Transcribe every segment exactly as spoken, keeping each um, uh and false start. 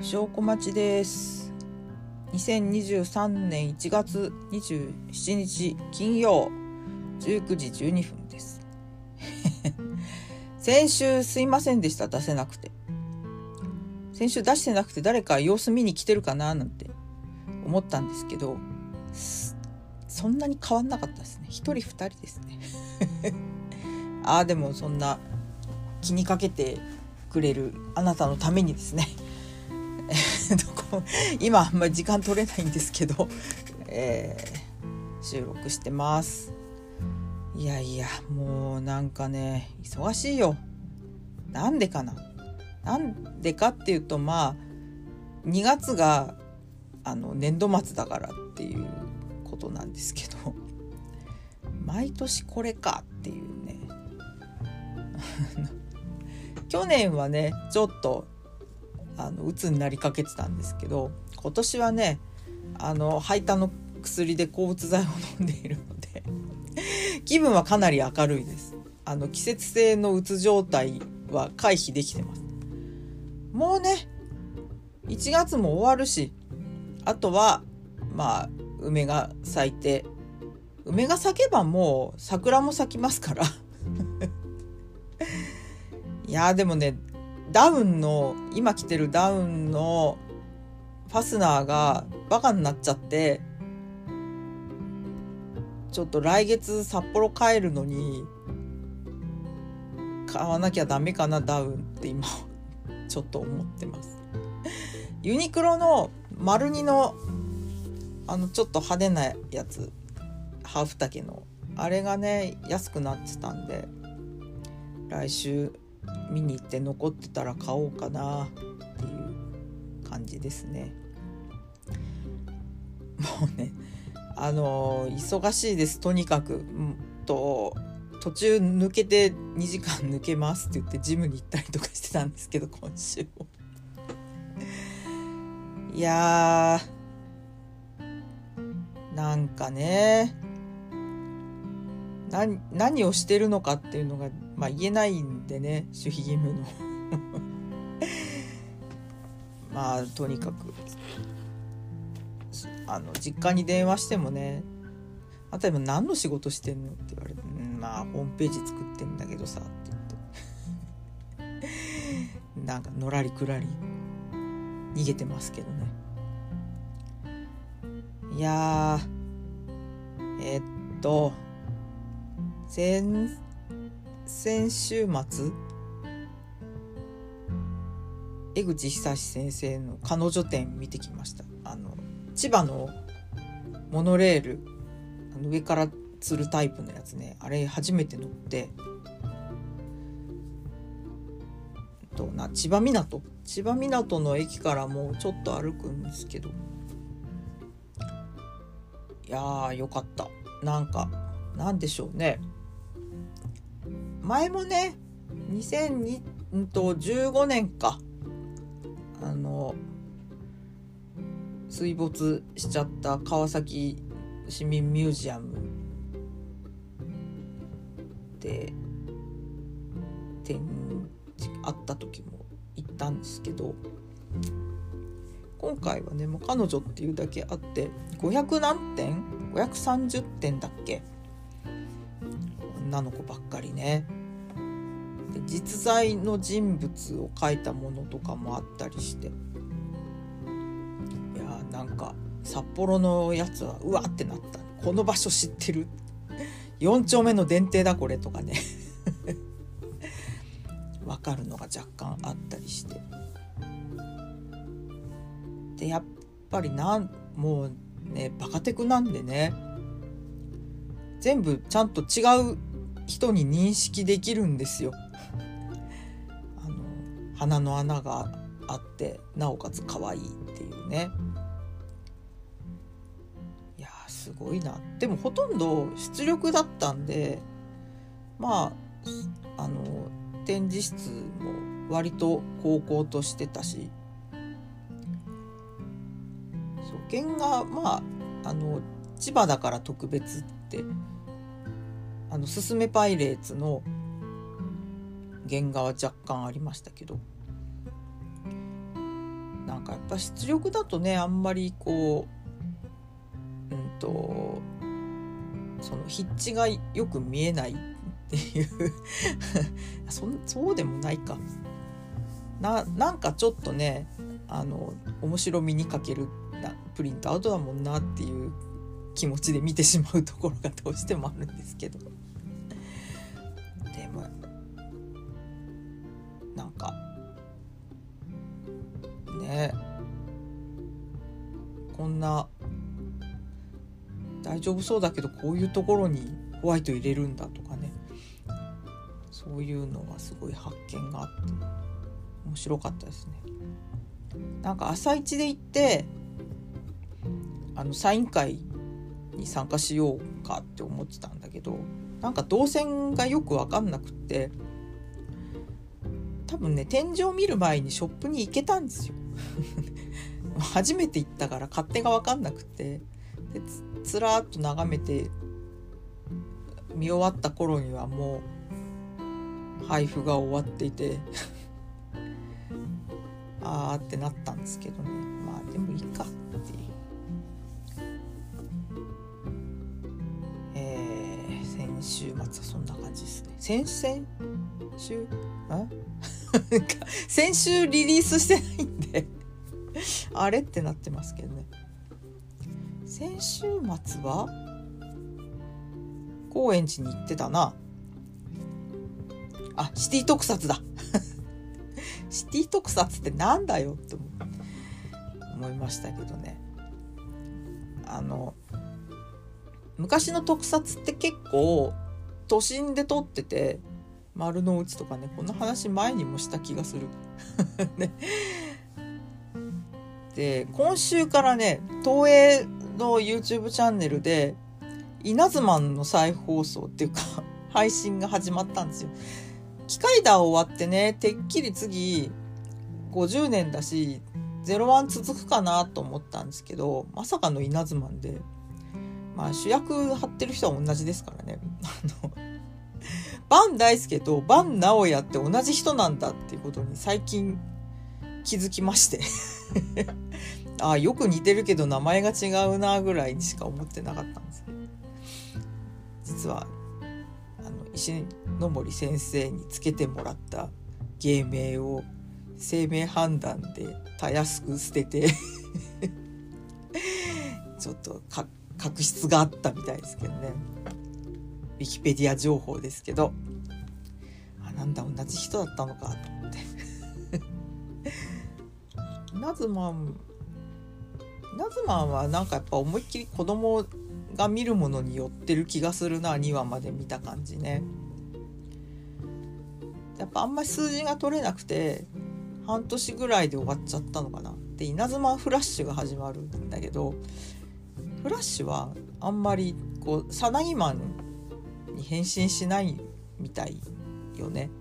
証拠待ちです。にせんにじゅうさんねんいちがつにじゅうしちにち金曜じゅうくじじゅうにふんです。先週すいませんでした。出せなくて先週出してなくて誰か様子見に来てるかななんて思ったんですけど、そんなに変わんなかったですね。ひとりふたりですね。ああでもそんな気にかけてくれるあなたのためにですね今あんまり時間取れないんですけど、えー、収録してます。いやいやもうなんかね忙しいよ。なんでかななんでかっていうと、まあにがつがあの年度末だからっていうことなんですけど、毎年これかっていうね去年はねちょっとあの鬱になりかけてたんですけど、今年はねあの排他の薬で抗うつ剤を飲んでいるので気分はかなり明るいです。あの季節性のうつ状態は回避できてます。もうねいちがつも終わるし、あとはまあ梅が咲いて、梅が咲けばもう桜も咲きますからいやでもねダウンの今着てるダウンのファスナーがバカになっちゃって、ちょっと来月札幌帰るのに買わなきゃダメかなダウンって今ちょっと思ってます。ユニクロの丸二のあのちょっと派手なやつ、ハーフ丈のあれがね安くなってたんで、来週見に行って残ってたら買おうかなっていう感じですね。もうねあのー、忙しいです。とにかく、うん、と途中抜けてにじかん抜けますって言ってジムに行ったりとかしてたんですけど、今週もいやーなんかねな何をしてるのかっていうのが、まあ、言えないんでね、守秘義務のまあとにかくあの実家に電話してもね、例えば何の仕事してんのって言われて、うん、まあホームページ作ってんだけどさって言ってなんかのらりくらり逃げてますけどね。いやーえー、っと先先週末江口久志先生の彼女展見てきました。あの千葉のモノレール、あの上から吊るタイプのやつね、あれ初めて乗って、とな千葉港千葉港の駅からもうちょっと歩くんですけど、いやーよかった。なんかなんでしょうね、前もねにせんじゅうごねんかあの水没しちゃった川崎市民ミュージアムで展示あった時も行ったんですけど、今回はねもう彼女っていうだけあってごひゃくなんてんごひゃくさんじゅってんだっけ、女の子ばっかりね。で実在の人物を描いたものとかもあったりして、いやなんか札幌のやつはうわってなった。この場所知ってるよん丁目の電停だこれとかねわかるのが若干あったりして、でやっぱりなんもうねバカテクなんでね、全部ちゃんと違う人に認識できるんですよ。あの鼻の穴があってなおかつ可愛いっていうね。いやすごいな。でもほとんど出力だったんで、まああの展示室も割と高校としてたし、そう原画まああの千葉だから特別ってあのすすめパイレーツの原画は若干ありましたけど、 なんかやっぱ出力だとねあんまりこううんとその筆致がよく見えないっていうそ, そうでもないかな。なんかちょっとねあの面白みに欠けるなプリントアウトだもんなっていう気持ちで見てしまうところがどうしてもあるんですけど、でもなんかねこんな大丈夫そうだけどこういうところにホワイト入れるんだとかね、そういうのがすごい発見があって面白かったですね。なんか朝一で行ってあのサイン会に参加しようかって思ってたんだけど、なんか動線がよく分かんなくって、多分ね展示を見る前にショップに行けたんですよ初めて行ったから勝手が分かんなくて、で つ, つらーっと眺めて見終わった頃にはもう配布が終わっていてあーってなったんですけどね、まあでもいいかっていう、えー、先週末はそんな感じですね。先々週あ先週リリースしてないんであれってなってますけどね。先週末は高円寺に行ってたなあ。シティ特撮だシティ特撮ってなんだよって思いましたけどね。あの昔の特撮って結構都心で撮ってて、丸の内とかね、こんな話前にもした気がする、ね、で今週からね東映の YouTube チャンネルで稲妻の再放送っていうか配信が始まったんですよ。機械だ終わってね、てっきり次ごじゅうねんだしゼロワン続くかなと思ったんですけど、まさかの稲妻で、まあ主役張ってる人は同じですからね。あの坂大輔と坂直哉って同じ人なんだっていうことに最近気づきましてああよく似てるけど名前が違うなぐらいにしか思ってなかったんですけど、実はあの石森先生につけてもらった芸名を生命判断でたやすく捨ててちょっとか確執があったみたいですけどね。ウィキペディア情報ですけど、あなんだ同じ人だったのかと思ってナズマンナズマンはなんかやっぱ思いっきり子供が見るものに寄ってる気がするな。にわまで見た感じね。やっぱあんまり数字が取れなくて半年ぐらいで終わっちゃったのかな。で稲妻フラッシュが始まるんだけど、フラッシュはあんまりこうサナギマンに変身しないみたいよね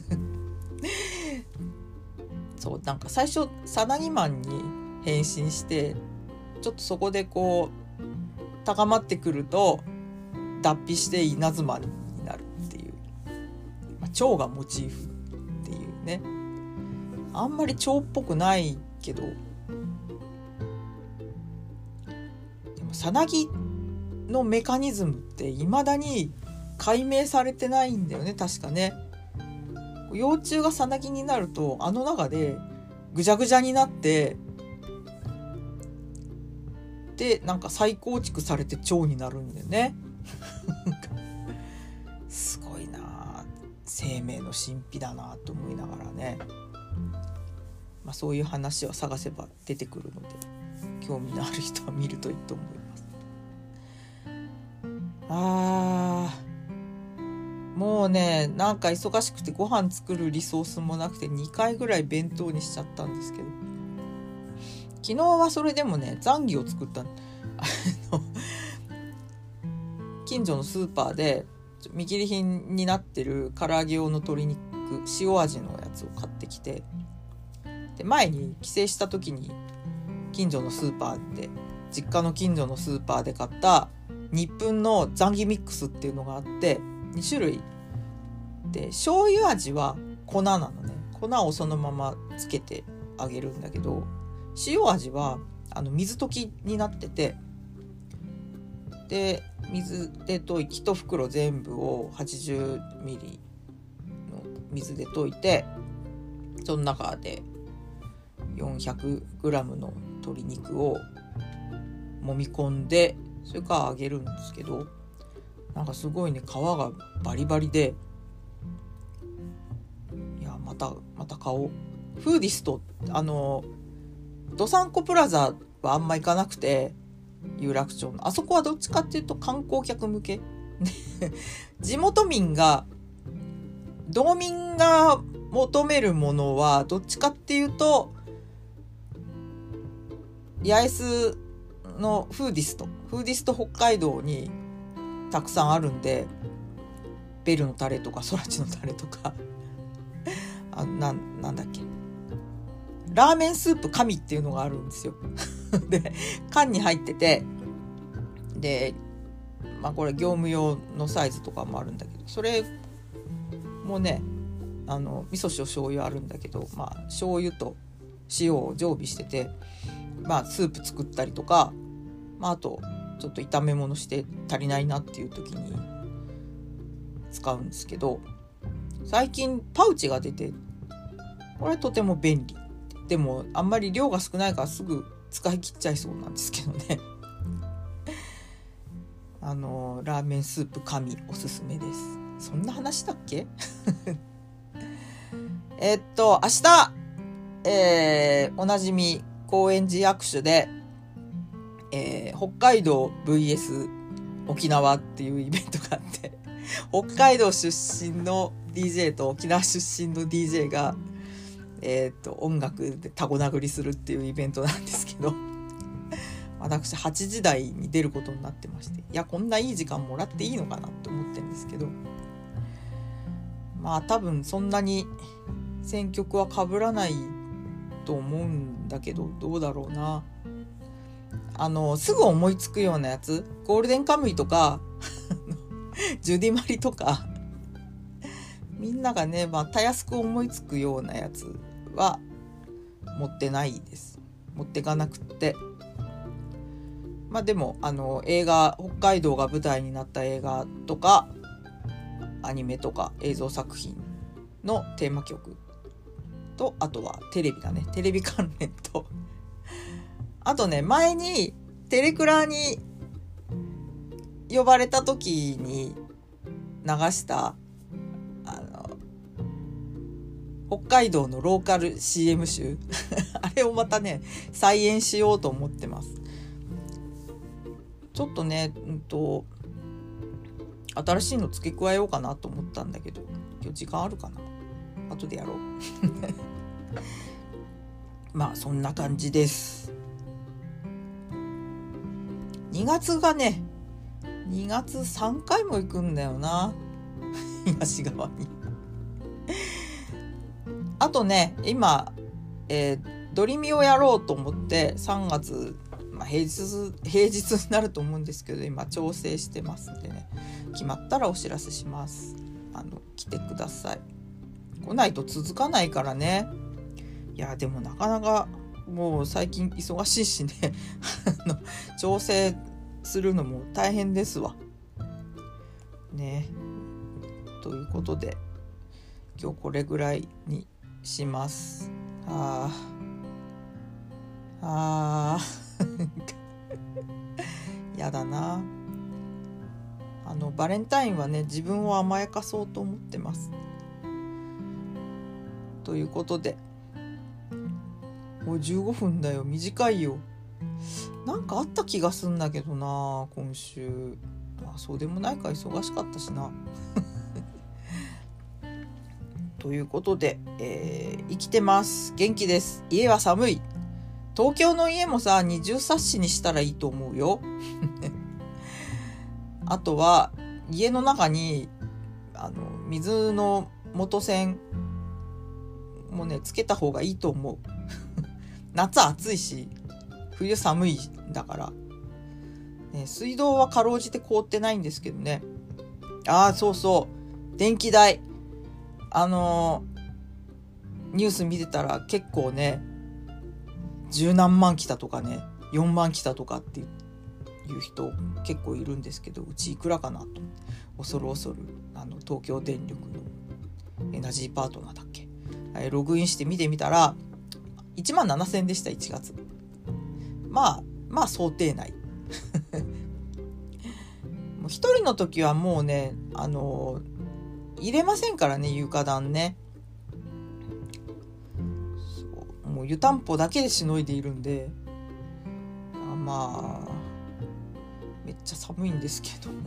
そうなんか最初サナギマンに変身してちょっとそこでこう高まってくると脱皮して稲妻になるっていう、まあ、蝶がモチーフっていうね。あんまり蝶っぽくないけど、でもサナギのメカニズムって未だに解明されてないんだよね確かね。幼虫がサナギになるとあの中でぐじゃぐじゃになってでなんか再構築されて蝶になるんだよねすごいな、生命の神秘だなと思いながらね、まあ、そういう話を探せば出てくるので興味のある人は見るといいと思います。あーもうねなんか忙しくてご飯作るリソースもなくてにかいぐらい弁当にしちゃったんですけど、昨日はそれでもねザンギを作ったあの近所のスーパーで見切り品になってる唐揚げ用の鶏肉塩味のやつを買ってきて、で前に帰省した時に近所のスーパーで実家の近所のスーパーで買った日分のザンギミックスっていうのがあってに種類で、醤油味は粉なのね。粉をそのままつけてあげるんだけど、 塩味はあの水溶きになってて、で水で溶いていち袋全部をはちじゅうミリの水で溶いて、その中でよんひゃくグラムの鶏肉を揉み込んで、それから揚げるんですけど、なんかすごいね、皮がバリバリで、いやまたまた買おう。フーディスト、あのどさんこプラザはあんま行かなくて、有楽町のあそこはどっちかっていうと観光客向け地元民が道民が求めるものはどっちかっていうと八重洲のフーディストフーディスト北海道にたくさんあるんで、ベルのタレとかソラチのタレとかあな、なんだっけラーメンスープ神っていうのがあるんですよで缶に入ってて、でまあこれ業務用のサイズとかもあるんだけど、それもね、あの味噌塩醤油あるんだけど、まあ醤油と塩を常備してて、まあスープ作ったりとか、まああとちょっと炒め物して足りないなっていう時に使うんですけど、最近パウチが出て、これとても便利。でもあんまり量が少ないからすぐ使い切っちゃいそうなんですけどねあのラーメンスープ神おすすめです。そんな話だっけえっと明日、えー、おなじみ高円寺役所で、えー、北海道 ブイエス 沖縄っていうイベントがあって、北海道出身の ディージェー と沖縄出身の ディージェー がえー、と音楽でタゴ殴りするっていうイベントなんですけど私はちじ台に出ることになってまして、いやこんないい時間もらっていいのかなって思ってるんですけど、まあ多分そんなに選曲は被らないと思うんだけど、どうだろうな。あのすぐ思いつくようなやつ、ゴールデンカムイとかジュディマリとかみんながね、まあ、たやすく思いつくようなやつは持ってないです。持ってかなくって、まあでもあの映画、北海道が舞台になった映画とかアニメとか映像作品のテーマ曲と、あとはテレビだね、テレビ関連とあとね、前にテレクラに呼ばれた時に流した北海道のローカル シーエム 集あれをまたね再演しようと思ってます。ちょっとね、うんと新しいの付け加えようかなと思ったんだけど、今日時間あるかな、後でやろうまあそんな感じです。にがつがね、にがつさんかいも行くんだよな東側にあとね、今、えー、ドリミをやろうと思ってさんがつ、まあ、平日平日になると思うんですけど、今調整してますんでね、決まったらお知らせします。あの来てください。来ないと続かないからね。いやでもなかなかもう最近忙しいしね調整するのも大変ですわね。ということで今日これぐらいにします。あーあーやだな。あのバレンタインはね、自分を甘やかそうと思ってます。ということで、もうじゅうごふんだよ、短いよ。なんかあった気がすんだけどな、今週。まあそうでもないか、忙しかったしなということで、えー、生きてます。元気です。家は寒い。東京の家もさ、二重サッシにしたらいいと思うよあとは家の中にあの水の元栓もねつけた方がいいと思う夏暑いし冬寒いんだから、ね、水道はかろうじて凍ってないんですけどね。ああそうそう、電気代あのー、ニュース見てたら結構ね十何万来たとかね、よんまん来たとかっていう人結構いるんですけど、うちいくらかなと恐る恐るあの東京電力のエナジーパートナーだっけ、ログインして見てみたらいちまんななせんでした。いちがつ。まあまあ想定内もう一人の時はもうね、あの入れませんからね、床暖ね。そうもう湯たんぽだけでしのいでいるんで、あまあめっちゃ寒いんですけど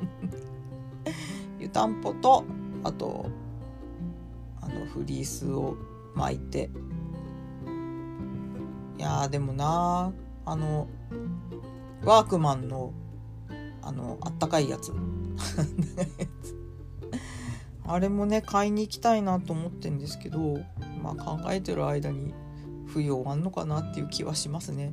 湯たんぽとあとあのフリースを巻いて、いやでもなあのワークマンのあのあったかいやつあれもね買いに行きたいなと思ってんですけど、まあ考えてる間に冬終わんのかなっていう気はしますね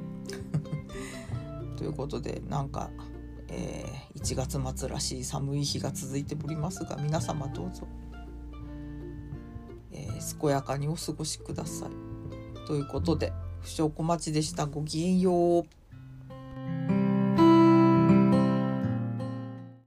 ということでなんか、えー、いちがつ末らしい寒い日が続いておりますが、皆様どうぞ、えー、健やかにお過ごしくださいということで、不祥小町でした。ごきげんよう。